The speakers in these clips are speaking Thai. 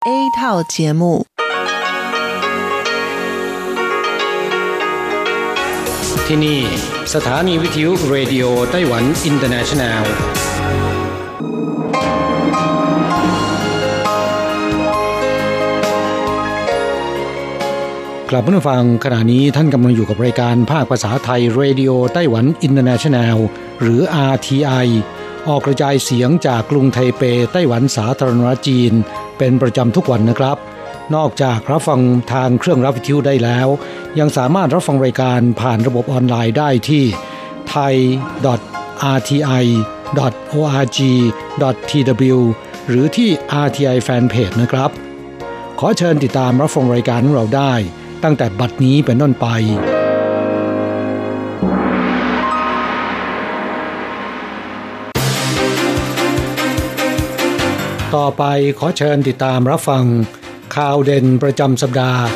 A 套节目ที่นี่สถานีวิทยุเรดิโอไต้หวันอินเตอร์เนชั่นแนลกลับมาฟังขณะนี้ท่านกำลังอยู่กับรายการภาคภาษาไทยเรดิโอไต้หวันอินเตอร์เนชั่นแนลหรือ RTI ออกกระจายเสียงจากกรุงไทเปไต้หวันสาธารณรัฐจีนเป็นประจำทุกวันนะครับนอกจากรับฟังทางเครื่องรับวิทยุได้แล้วยังสามารถรับฟังรายการผ่านระบบออนไลน์ได้ที่ thai.rti.org.tw หรือที่ RTI Fanpage นะครับขอเชิญติดตามรับฟังรายการของเราได้ตั้งแต่บัดนี้เป็นต้นไปต่อไปขอเชิญติดตามรับฟังข่าวเด่นประจำสัปดาห์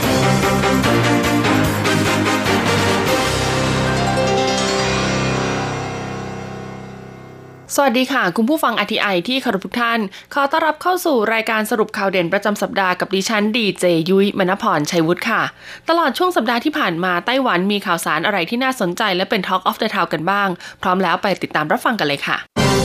สวัสดีค่ะคุณผู้ฟัง RTI ที่เคารพทุกท่านขอต้อนรับเข้าสู่รายการสรุปข่าวเด่นประจำสัปดาห์กับดิฉันดีเจยุ้ยมณพรชัยวุฒิค่ะตลอดช่วงสัปดาห์ที่ผ่านมาไต้หวันมีข่าวสารอะไรที่น่าสนใจและเป็น Talk of the Town กันบ้างพร้อมแล้วไปติดตามรับฟังกันเลยค่ะ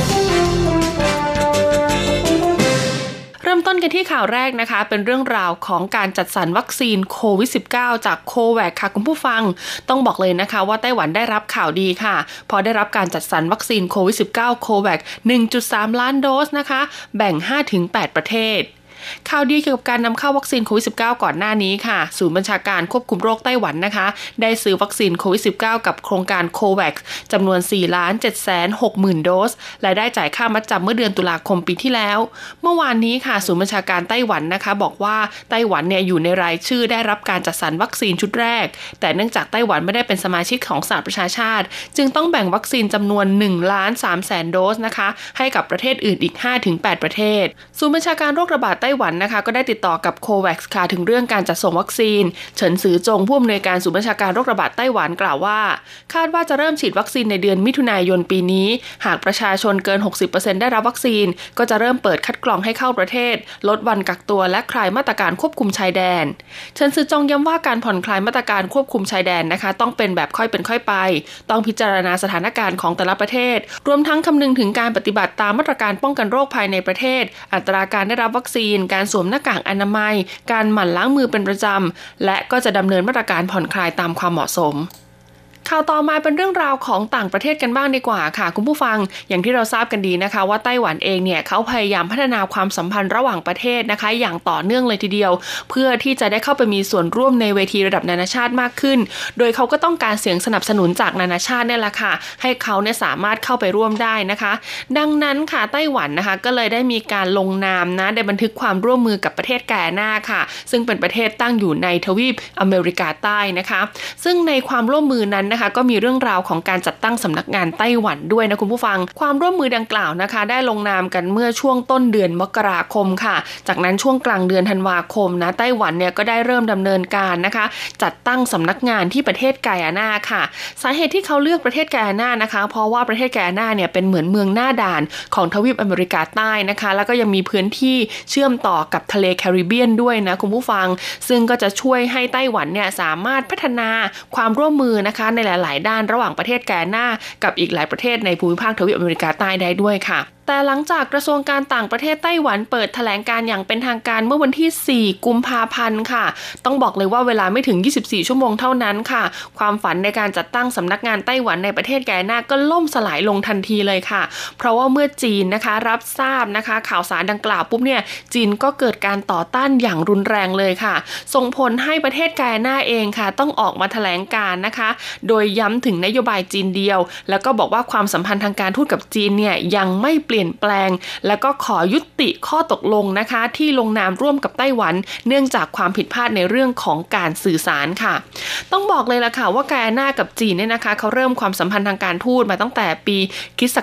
เริ่มต้นกันที่ข่าวแรกนะคะเป็นเรื่องราวของการจัดสรรวัคซีนโควิด -19 จากโคแวคค่ะคุณผู้ฟังต้องบอกเลยนะคะว่าไต้หวันได้รับข่าวดีค่ะพอได้รับการจัดสรรวัคซีนโควิด -19 โคแวค 1.3 ล้านโดสนะคะแบ่ง 5-8 ประเทศข่าวดีเกี่ยวกับการนำเข้าวัคซีนโควิด -19 ก่อนหน้านี้ค่ะศูนย์บัญชาการควบคุมโรคไต้หวันนะคะได้ซื้อวัคซีนโควิด -19 กับโครงการโคแวคจำนวน 4,760,000 โดสและได้จ่ายค่ามัดจำเมื่อเดือนตุลาคมปีที่แล้วเมื่อวานนี้ค่ะศูนย์บัญชาการไต้หวันนะคะบอกว่าไต้หวันเนี่ยอยู่ในรายชื่อได้รับการจัดสรรวัคซีนชุดแรกแต่เนื่องจากไต้หวันไม่ได้เป็นสมาชิกของสหประชาชาติจึงต้องแบ่งวัคซีนจำนวน 1,300,000 โดสนะคะให้กับประเทศอื่นอีก 5-8 ประเทศศูนย์บัญชาการโรคระบาดไต้หวันนะคะก็ได้ติดต่อกับโคแวคค่ะถึงเรื่องการจัดส่งวัคซีนเฉินซือจงผู้อำนวยการศูนย์บัญชาการโรคระบาดไต้หวันกล่าวว่าคาดว่าจะเริ่มฉีดวัคซีนในเดือนมิถุนายนปีนี้หากประชาชนเกิน 60% ได้รับวัคซีนก็จะเริ่มเปิดคัดกรองให้เข้าประเทศลดวันกักตัวและคลายมาตรการควบคุมชายแดนเฉินซือจงย้ำว่าการผ่อนคลายมาตรการควบคุมชายแดนนะคะต้องเป็นแบบค่อยเป็นค่อยไปต้องพิจารณาสถานการณ์ของแต่ละประเทศรวมทั้งคำนึงถึงการปฏิบัติตามมาตรการป้องกันโรคภายในประเทศอัตราการได้รับวัคซีนการสวมหน้ากากอนามัยการหมั่นล้างมือเป็นประจำและก็จะดำเนินมาตรการผ่อนคลายตามความเหมาะสมข่าวต่อมาเป็นเรื่องราวของต่างประเทศกันบ้างดีกว่าค่ะคุณผู้ฟังอย่างที่เราทราบกันดีนะคะว่าไต้หวันเองเนี่ยเขาพยายามพัฒนาความสัมพันธ์ระหว่างประเทศนะคะอย่างต่อเนื่องเลยทีเดียวเพื่อที่จะได้เข้าไปมีส่วนร่วมในเวทีระดับนานาชาติมากขึ้นโดยเขาก็ต้องการเสียงสนับสนุนจากนานาชาติเนี่ยแหละค่ะให้เขาเนี่ยสามารถเข้าไปร่วมได้นะคะดังนั้นค่ะไต้หวันนะคะก็เลยได้มีการลงนามนะได้บันทึกความร่วมมือกับประเทศกานาค่ะซึ่งเป็นประเทศตั้งอยู่ในทวีปอเมริกาใต้นะคะซึ่งในความร่วมมือนั้นนะคะก็มีเรื่องราวของการจัดตั้งสำนักงานไต้หวันด้วยนะคุณผู้ฟังความร่วมมือดังกล่าวนะคะได้ลงนามกันเมื่อช่วงต้นเดือนมกราคมค่ะจากนั้นช่วงกลางเดือนธันวาคมนะไต้หวันเนี่ยก็ได้เริ่มดำเนินการนะคะจัดตั้งสำนักงานที่ประเทศไกอานาค่ะสาเหตุที่เขาเลือกประเทศไกอานานะคะเพราะว่าประเทศไกอานาเนี่ยเป็นเหมือนเมืองหน้าด่านของทวีปอเมริกาใต้นะคะแล้วก็ยังมีพื้นที่เชื่อมต่อกับทะเลแคริบเบียนด้วยนะคุณผู้ฟังซึ่งก็จะช่วยให้ไต้หวันเนี่ยสามารถพัฒนาความร่วมมือนะคะในหลายๆด้านระหว่างประเทศกานากับอีกหลายประเทศในภูมิภาคทวีปอเมริกาใต้ได้ด้วยค่ะแต่หลังจากกระทรวงการต่างประเทศไต้หวันเปิดแถลงการอย่างเป็นทางการเมื่อวันที่4กุมภาพันธ์ค่ะต้องบอกเลยว่าเวลาไม่ถึง24ชั่วโมงเท่านั้นค่ะความฝันในการจัดตั้งสำนักงานไต้หวันในประเทศกานาก็ล่มสลายลงทันทีเลยค่ะเพราะว่าเมื่อจีนนะคะรับทราบนะคะข่าวสารดังกล่าวปุ๊บเนี่ยจีนก็เกิดการต่อต้านอย่างรุนแรงเลยค่ะส่งผลให้ประเทศกานาเองค่ะต้องออกมาแถลงการนะคะโดยย้ำถึงนโยบายจีนเดียวแล้วก็บอกว่าความสัมพันธ์ทางการทูตกับจีนเนี่ยยังไม่เปลี่ยนแปลงแล้วก็ขอยุติข้อตกลงนะคะที่ลงนามร่วมกับไต้หวันเนื่องจากความผิดพลาดในเรื่องของการสื่อสารค่ะต้องบอกเลยล่ะค่ะว่ากานากับจีนเนี่ยนะคะเขาเริ่มความสัมพันธ์ทางการทูตมาตั้งแต่ปีค.ศ.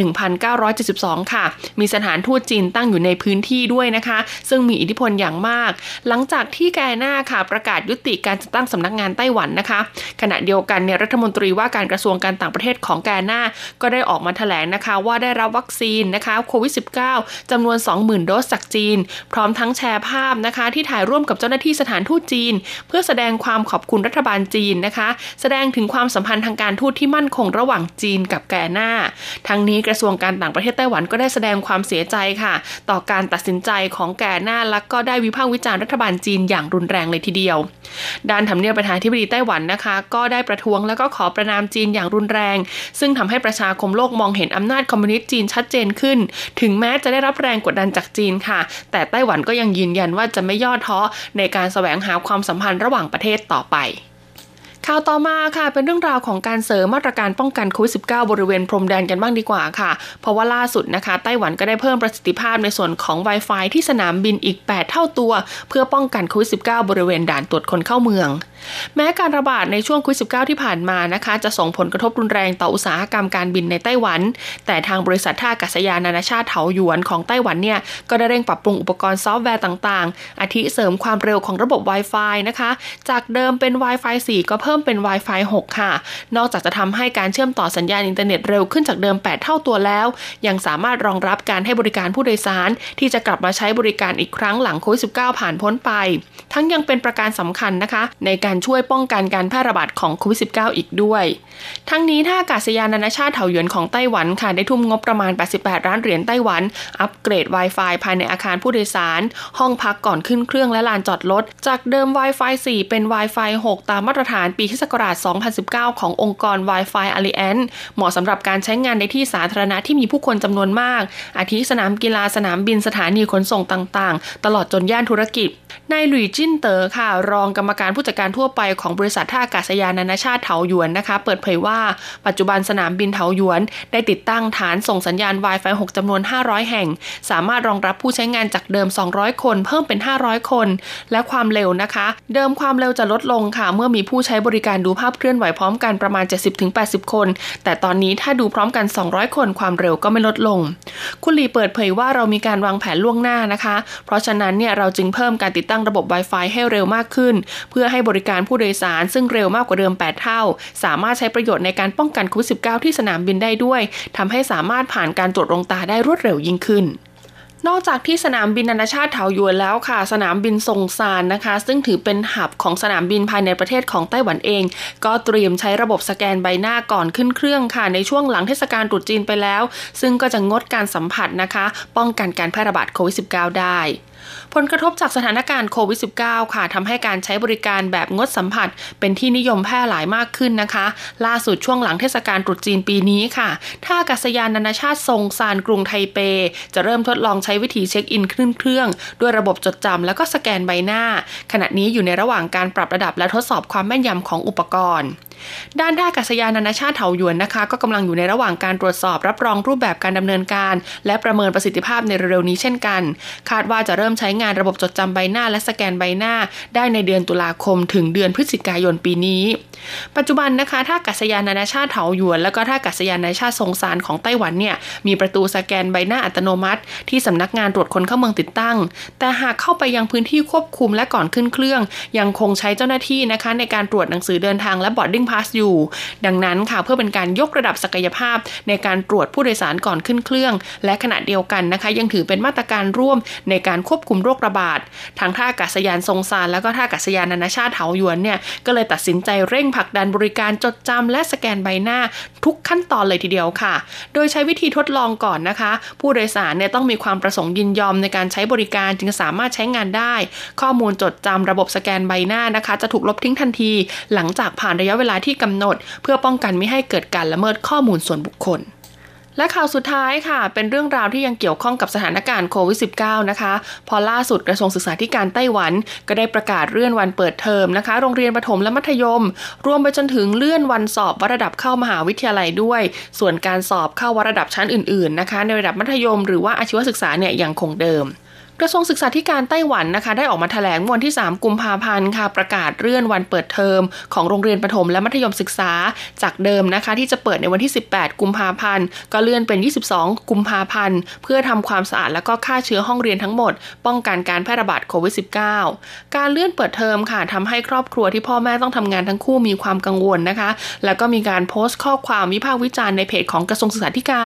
1972ค่ะมีสถานทูตจีนตั้งอยู่ในพื้นที่ด้วยนะคะซึ่งมีอิทธิพลอย่างมากหลังจากที่กานาค่ะประกาศยุติการจัดตั้งสำนักงานไต้หวันนะคะขณะเดียวกันเนี่ยรัฐมนตรีว่าการกระทรวงการต่างประเทศของกานาก็ได้ออกมาแถลงนะคะว่าได้รับวัคซีนนนะคะโควิด -19 จำนวน 20,000 โดสจากจีนพร้อมทั้งแชร์ภาพนะคะที่ถ่ายร่วมกับเจ้าหน้าที่สถานทูตจีนเพื่อแสดงความขอบคุณรัฐบาลจีนนะคะแสดงถึงความสัมพันธ์ทางการทูตที่มั่นคงระหว่างจีนกับแกน่าทั้งนี้กระทรวงการต่างประเทศไต้หวันก็ได้แสดงความเสียใจค่ะต่อการตัดสินใจของแกน่าและก็ได้วิพากษ์วิจารณ์รัฐบาลจีนอย่างรุนแรงเลยทีเดียวด้านทำเนียบประธานาธิบดีไต้หวันนะคะก็ได้ประท้วงและก็ขอประณามจีนอย่างรุนแรงซึ่งทำให้ประชาคมโลกมองเห็นอำนาจคอมมิวนิสต์จีนชัดเจนขึ้นถึงแม้จะได้รับแรงกดดันจากจีนค่ะแต่ไต้หวันก็ยังยืนยันว่าจะไม่ย่อท้อในการแสวงหาความสัมพันธ์ระหว่างประเทศต่อไปข่าวต่อมาค่ะเป็นเรื่องราวของการเสริมมาตรการป้องกันโควิด -19 บริเวณพรมแดนกันบ้างดีกว่าค่ะเพราะว่าล่าสุดนะคะไต้หวันก็ได้เพิ่มประสิทธิภาพในส่วนของ Wi-Fi ที่สนามบินอีก8เท่าตัวเพื่อป้องกันโควิด -19 บริเวณด่านตรวจคนเข้าเมืองแม้การระบาดในช่วงโควิด -19 ที่ผ่านมานะคะจะส่งผลกระทบรุนแรงต่ออุตสาหกรรมการบินในไต้หวันแต่ทางบริษัทท่าอากาศยานนานาชาติเถาหยวนของไต้หวันเนี่ยก็ได้เร่งปรับปรุงอุปกรณ์ซอฟต์แวร์ต่างๆอาทิเสริมความเร็วของระบบ Wi-Fi นะคะจากเดิมเป็น Wi-Fi 4 ก็เพิ่มเป็น Wi-Fi 6 ค่ะนอกจากจะทำให้การเชื่อมต่อสัญญาณอินเทอร์เน็ตเร็วขึ้นจากเดิม8เท่าตัวแล้วยังสามารถรองรับการให้บริการผู้โดยสารที่จะกลับมาใช้บริการอีกครั้งหลังโควิด -19 ผ่านพ้นไปทั้งยังเป็นประการสำคัญนะคะในการช่วยป้องกันการแพร่ระบาดของโควิด -19 อีกด้วยทั้งนี้ท่าอากาศยานนานาชาติเถาหยวนของไต้หวันค่ะได้ทุ่มงบประมาณ88ล้านเหรียญไต้หวันอัปเกรด Wi-Fi ภายในอาคารผู้โดยสารห้องพักก่อนขึ้นเครื่องและลานจอดรถจากเดิม Wi-Fi 4 เป็น Wi-Fi 6 ตามมาตรฐานปีพุทธศักราช 2019 ขององค์กร Wi-Fi Alliance เหมาะสำหรับการใช้งานในที่สาธารณะที่มีผู้คนจำนวนมากอาทิสนามกีฬาสนามบินสถานีขนส่งต่างๆตลอดจนย่านธุรกิจนายหลุยจิ้นเต๋อค่ะรองกรรมการผู้จัดการทั่วไปของบริษัทท่าอากาศยานนานาชาติเถาหยวนนะคะเปิดเผยว่าปัจจุบันสนามบินเถาหยวนได้ติดตั้งฐานส่งสัญญาณ Wi-Fi 6 จำนวน500แห่งสามารถรองรับผู้ใช้งานจากเดิม200คนเพิ่มเป็น500คนและความเร็วนะคะเดิมความเร็วจะลดลงค่ะเมื่อมีผู้ใช้บริการดูภาพเคลื่อนไหวพร้อมกันประมาณ 70-80 คนแต่ตอนนี้ถ้าดูพร้อมกัน200คนความเร็วก็ไม่ลดลงคุณหลีเปิดเผยว่าเรามีการวางแผนล่วงหน้านะคะเพราะฉะนั้นเนี่ยเราจึงเพิ่มการติดตั้งระบบ Wi-Fi ให้เร็วมากขึ้นเพื่อให้บริการผู้โดยสารซึ่งเร็วมากกว่าเดิม8เท่าสามารถใช้ประโยชน์ในการป้องกันโควิด -19 ที่สนามบินได้ด้วยทำให้สามารถผ่านการตรวจลงตาได้รวดเร็วยิ่งขึ้นนอกจากที่สนามบินนานาชาติเถาหยวนแล้วค่ะสนามบินซงซานนะคะซึ่งถือเป็นหับของสนามบินภายในประเทศของไต้หวันเองก็เตรียมใช้ระบบสแกนใบหน้าก่อนขึ้นเครื่องค่ะในช่วงหลังเทศกาลตรุษจีนไปแล้วซึ่งก็จะงดการสัมผัสนะคะป้องกันการแพร่ระบาดโควิด -19 ได้ผลกระทบจากสถานการณ์โควิด -19 ค่ะทำให้การใช้บริการแบบงดสัมผัสเป็นที่นิยมแพร่หลายมากขึ้นนะคะล่าสุดช่วงหลังเทศกาลตรุษจีนปีนี้ค่ะท่าอากาศยานนานาชาติซงซานกรุงไทเปจะเริ่มทดลองใช้วิธีเช็คอินขึ้นเครื่องด้วยระบบจดจำแล้วก็สแกนใบหน้าขณะนี้อยู่ในระหว่างการปรับระดับและทดสอบความแม่นยำของอุปกรณ์ด้านท่าอากาศยานนานาชาติเถาหยวนนะคะก็กำลังอยู่ในระหว่างการตรวจสอบรับรองรูปแบบการดำเนินการและประเมินประสิทธิภาพในเร็วๆนี้เช่นกันคาดว่าจะเริ่มใช้งานระบบจดจำใบหน้าและสแกนใบหน้าได้ในเดือนตุลาคมถึงเดือนพฤศจิกายนปีนี้ปัจจุบันนะคะท่าอากาศยานนานาชาติเถาหยวนแล้วก็ท่าอากาศยานนานาชาติซงซานของไต้หวันเนี่ยมีประตูสแกนใบหน้าอัตโนมัติที่สำนักงานตรวจคนเข้าเมืองติดตั้งแต่หากเข้าไปยังพื้นที่ควบคุมและก่อนขึ้นเครื่องยังคงใช้เจ้าหน้าที่นะคะในการตรวจหนังสือเดินทางและ boarding pass อยู่ดังนั้นค่ะเพื่อเป็นการยกระดับศักยภาพในการตรวจผู้โดยสารก่อนขึ้นเครื่องและขณะเดียวกันนะคะยังถือเป็นมาตรการร่วมในการควบคุมโรคระบาดทางท่าอากาศยานซงซานแล้วก็ท่าอากาศยานนานาชาติเถาหยวนเนี่ยก็เลยตัดสินใจเร่งผลักดันบริการจดจำและสแกนใบหน้าทุกขั้นตอนเลยทีเดียวค่ะโดยใช้วิธีทดลองก่อนนะคะผู้โดยสารเนี่ยต้องมีความประสงค์ยินยอมในการใช้บริการจึงสามารถใช้งานได้ข้อมูลจดจำระบบสแกนใบหน้านะคะจะถูกลบทิ้งทันทีหลังจากผ่านระยะเวลาที่กำหนดเพื่อป้องกันไม่ให้เกิดการละเมิดข้อมูลส่วนบุคคลและข่าวสุดท้ายค่ะเป็นเรื่องราวที่ยังเกี่ยวข้องกับสถานการณ์โควิด -19 นะคะพอล่าสุดกระทรวงศึกษาธิการไต้หวันก็ได้ประกาศเลื่อนวันเปิดเทอมนะคะโรงเรียนประถมและมัธยมรวมไปจนถึงเลื่อนวันสอบวัดระดับเข้ามหาวิทยาลัยด้วยส่วนการสอบเข้าวัดระดับชั้นอื่นๆนะคะในระดับมัธยมหรือว่าอาชีวศึกษาเนี่ยยังคงเดิมกระทรวงศึกษาธิการไต้หวันนะคะได้ออกมาแถลงวันที่3กุมภาพันธ์ค่ะประกาศเลื่อนวันเปิดเทอมของโรงเรียนประถมและมัธยมศึกษาจากเดิมนะคะที่จะเปิดในวันที่18กุมภาพันธ์ก็เลื่อนเป็น22กุมภาพันธ์เพื่อทำความสะอาดและก็ฆ่าเชื้อห้องเรียนทั้งหมดป้องกันการแพร่ระบาดโควิด -19 การเลื่อนเปิดเทอมค่ะทำให้ครอบครัวที่พ่อแม่ต้องทำงานทั้งคู่มีความกังวลนะคะแล้วก็มีการโพสต์ข้อความวิพากษ์วิจารณ์ในเพจของกระทรวงศึกษาธิการ